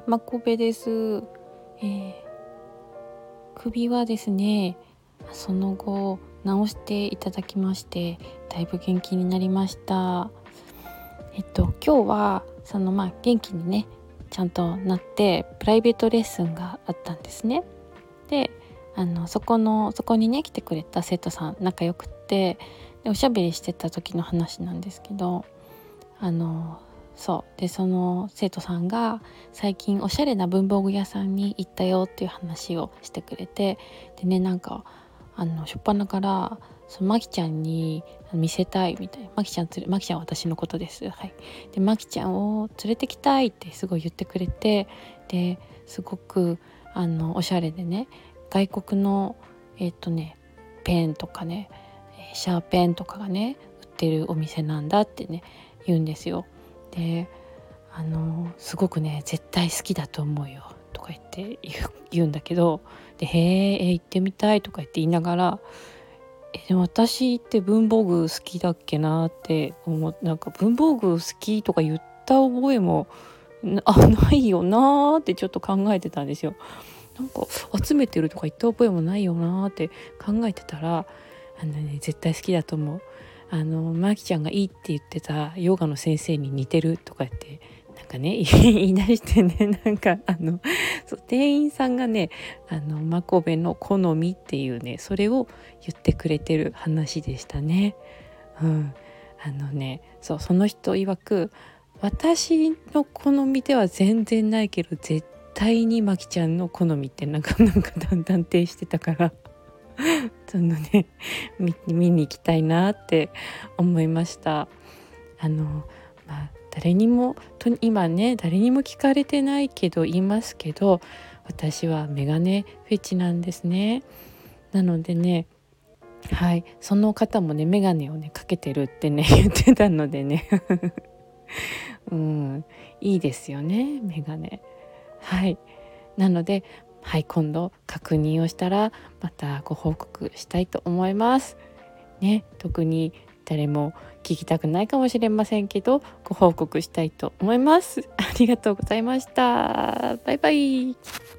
まこべです。首はですね、その後治していただきまして、だいぶ元気になりました。今日は元気にねちゃんとなってプライベートレッスンがあったんですね。で、そこにね来てくれた生徒さん仲良くって、でおしゃべりしてた時の話なんですけど、その生徒さんが最近おしゃれな文房具屋さんに行ったよっていう話をしてくれて、でね、初っ端からまきちゃんに見せたいみたいな、まきちゃんは私のことです。はい。でまきちゃんを連れてきたいってすごい言ってくれて、ですごくおしゃれでね、外国のペンとかね、シャーペンとかがね売ってるお店なんだってね言うんですよ。ですごくね絶対好きだと思うよとか言うんだけど、で行ってみたいとか言いながら、でも私って文房具好きだっけなってなんか文房具好きとか言った覚えもないよなってちょっと考えてたんですよ。なんか集めてるとか言った覚えもないよなって考えてたら、絶対好きだと思う。マキちゃんがいいって言ってたヨガの先生に似てるとか言ってなんかね言い出してね、店員さんがねマコベの好みっていうねそれを言ってくれてる話でしたね。その人曰く、私の好みでは全然ないけど絶対にマキちゃんの好みってなんか断定してたから見に行きたいなって思いました。誰にも聞かれてないけど言いますけど、私はメガネフェチなんですね。なのでね、はい、その方もねメガネをねかけてるってね言ってたのでねいいですよねメガネ。はい、なので、はい、今度確認をしたらまたご報告したいと思いますね。特に誰も聞きたくないかもしれませんけどご報告したいと思います。ありがとうございました。バイバイ。